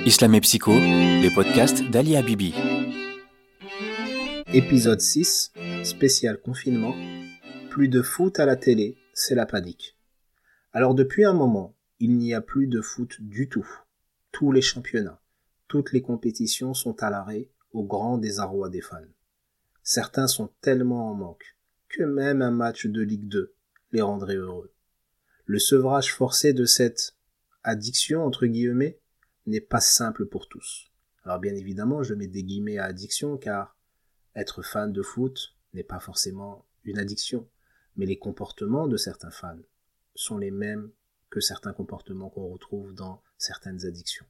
Islam et Psycho, les podcasts d'Ali Habibi. Épisode 6, spécial confinement. Plus de foot à la télé, c'est la panique. Alors depuis un moment, il n'y a plus de foot du tout. Tous les championnats, toutes les compétitions sont à l'arrêt, au grand désarroi des fans. Certains sont tellement en manque que même un match de Ligue 2 les rendrait heureux. Le sevrage forcé de cette addiction, entre guillemets, n'est pas simple pour tous. Alors bien évidemment, je mets des guillemets à addiction car être fan de foot n'est pas forcément une addiction, mais les comportements de certains fans sont les mêmes que certains comportements qu'on retrouve dans certaines addictions.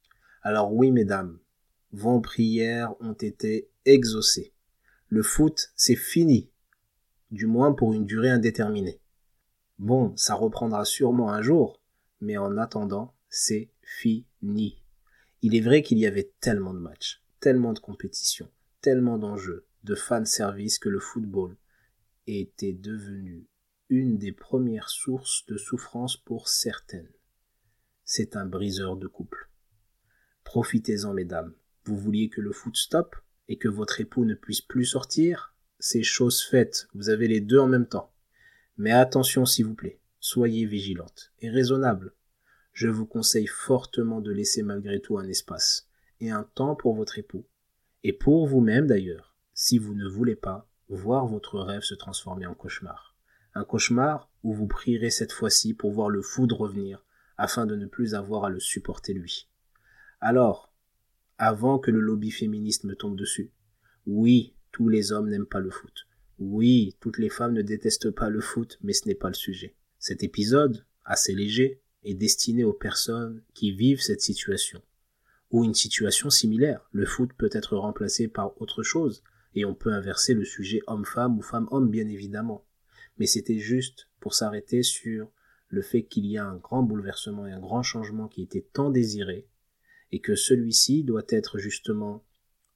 Alors oui, mesdames, vos prières ont été exaucées. Le foot, c'est fini, du moins pour une durée indéterminée. Bon, ça reprendra sûrement un jour, mais en attendant, c'est fini. Il est vrai qu'il y avait tellement de matchs, tellement de compétitions, tellement d'enjeux, de fanservice que le football était devenu une des premières sources de souffrance pour certaines. C'est un briseur de couple. Profitez-en, mesdames. Vous vouliez que le foot stoppe et que votre époux ne puisse plus sortir? C'est chose faite, vous avez les deux en même temps. Mais attention s'il vous plaît, soyez vigilantes et raisonnables. Je vous conseille fortement de laisser malgré tout un espace et un temps pour votre époux, et pour vous-même d'ailleurs, si vous ne voulez pas voir votre rêve se transformer en cauchemar. Un cauchemar où vous prierez cette fois-ci pour voir le foot revenir, afin de ne plus avoir à le supporter lui. Alors, avant que le lobby féministe me tombe dessus, oui, tous les hommes n'aiment pas le foot. Oui, toutes les femmes ne détestent pas le foot, mais ce n'est pas le sujet. Cet épisode, assez léger, est destiné aux personnes qui vivent cette situation, ou une situation similaire. Le foot peut être remplacé par autre chose, et on peut inverser le sujet homme-femme ou femme-homme, bien évidemment. Mais c'était juste pour s'arrêter sur le fait qu'il y a un grand bouleversement et un grand changement qui était tant désiré, et que celui-ci doit être justement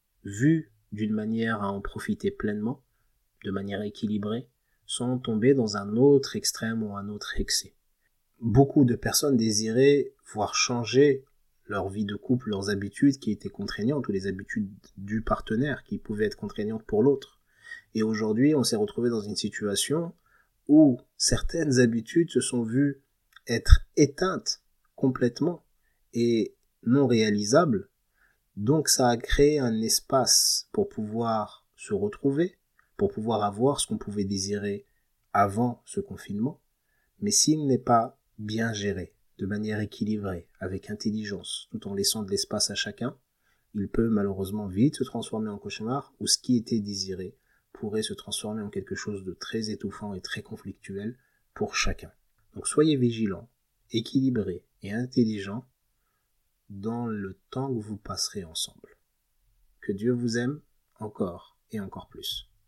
vu d'une manière à en profiter pleinement, de manière équilibrée, sans tomber dans un autre extrême ou un autre excès. Beaucoup de personnes désiraient voir changer leur vie de couple, leurs habitudes qui étaient contraignantes, ou les habitudes du partenaire qui pouvaient être contraignantes pour l'autre. Et aujourd'hui, on s'est retrouvé dans une situation où certaines habitudes se sont vues être éteintes complètement et non réalisables. Donc ça a créé un espace pour pouvoir se retrouver, pour pouvoir avoir ce qu'on pouvait désirer avant ce confinement. Mais s'il n'est pas bien géré, de manière équilibrée, avec intelligence, tout en laissant de l'espace à chacun, il peut malheureusement vite se transformer en cauchemar, ou ce qui était désiré pourrait se transformer en quelque chose de très étouffant et très conflictuel pour chacun. Donc soyez vigilants, équilibrés et intelligents dans le temps que vous passerez ensemble. Que Dieu vous aime encore et encore plus.